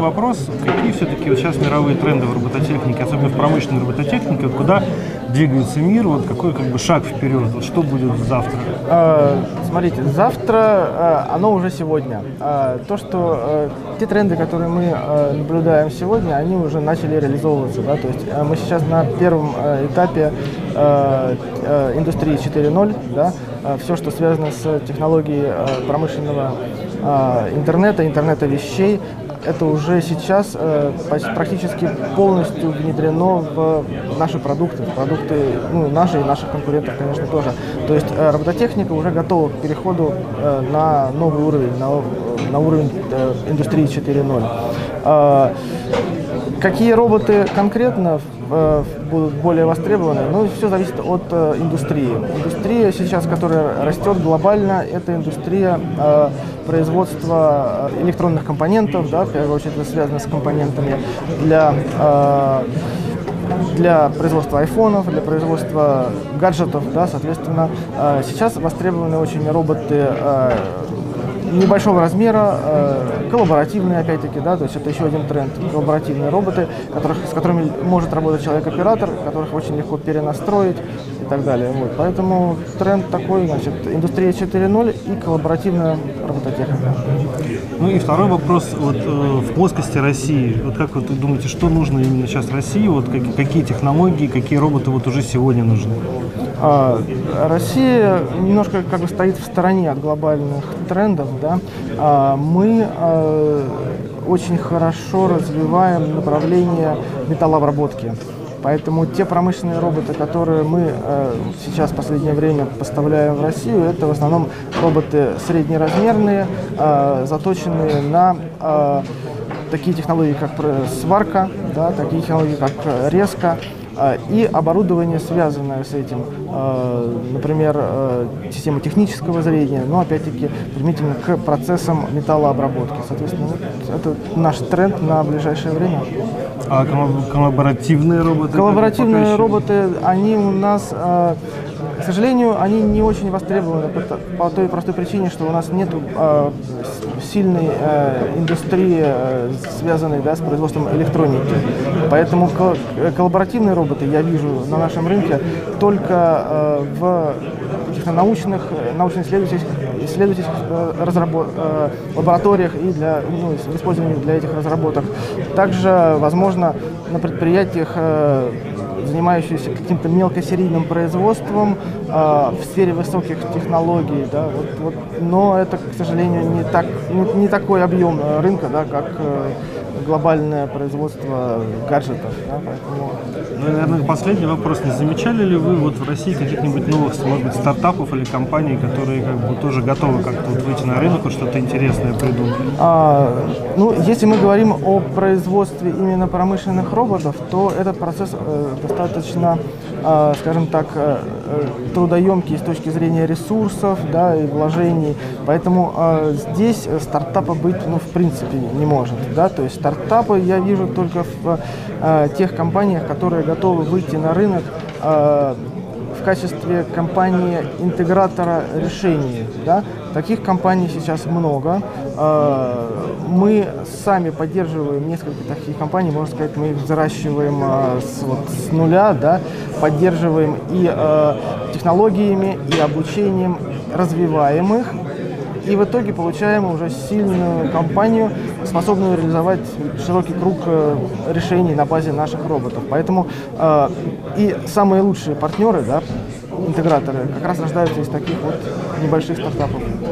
вопрос, какие все-таки вот сейчас мировые тренды в робототехнике, особенно в промышленной робототехнике, вот куда двигается мир, вот какой как бы шаг вперед, вот что будет завтра? Смотрите, завтра, оно уже сегодня. То, что те тренды, которые мы наблюдаем сегодня, они уже начали реализовываться. Да? То есть мы сейчас на первом этапе индустрии 4.0, да? Все, что связано с технологией промышленного интернета вещей, это уже сейчас практически полностью внедрено в наши продукты, ну, наши и наших конкурентов, конечно, тоже. То есть робототехника уже готова к переходу на новый уровень, на уровень индустрии 4.0. Какие роботы конкретно будут более востребованы? Ну, все зависит от индустрии. Индустрия сейчас, которая растет глобально, это индустрия производства электронных компонентов, да, в первую очередь это связано с компонентами для производства айфонов, для производства гаджетов, да, соответственно, сейчас востребованы очень роботы небольшого размера, коллаборативные, опять-таки, да, то есть это еще один тренд, коллаборативные роботы, с которыми может работать человек-оператор, которых очень легко перенастроить и так далее. Вот. Поэтому тренд такой, значит, индустрия 4.0 и коллаборативная робототехника. Ну и второй вопрос, вот в плоскости России, вот как вы думаете, что нужно именно сейчас России, вот какие технологии, какие роботы вот уже сегодня нужны? Россия немножко как бы стоит в стороне от глобальных трендов, да. Мы очень хорошо развиваем направление металлообработки. Поэтому те промышленные роботы, которые мы сейчас в последнее время поставляем в Россию, это в основном роботы среднеразмерные, заточенные на такие технологии, как сварка, да, такие технологии, как резка. И оборудование, связанное с этим, например, система технического зрения, но опять-таки применительно к процессам металлообработки. Соответственно, это наш тренд на ближайшее время. А коллаборативные роботы? Коллаборативные роботы, они у нас, к сожалению, они не очень востребованы по той простой причине, что у нас нет сильной индустрии, связанной, да, с производством электроники. Поэтому коллаборативные роботы я вижу на нашем рынке только в каких-то научно-исследовательских лабораториях и в использовании для этих разработок. Также, возможно, на предприятиях, занимающихся каким-то мелкосерийным производством в сфере высоких технологий, да, но это, к сожалению, не такой объем рынка, да, как глобальное производство гаджетов. Да, поэтому... Ну и, наверное, последний вопрос. Не замечали ли вы вот в России каких-нибудь новых, может быть, стартапов или компаний, которые как бы тоже готовы как-то вот выйти на рынок, вот что-то интересное придумать? Ну, если мы говорим о производстве именно промышленных роботов, то этот процесс достаточно, скажем так, трудоемкий с точки зрения ресурсов, да, и вложений. Поэтому здесь стартапа быть, ну, в принципе, не может. Да? То есть стартапы я вижу только в тех компаниях, которые готовы выйти на рынок в качестве компании-интегратора решений. Да? Таких компаний сейчас много. Мы сами поддерживаем несколько таких компаний, можно сказать, мы их взращиваем с нуля, да? Поддерживаем и технологиями, и обучением, развиваем их. И в итоге получаем уже сильную компанию, способную реализовать широкий круг решений на базе наших роботов. Поэтому и самые лучшие партнеры, да, интеграторы, как раз рождаются из таких вот небольших стартапов.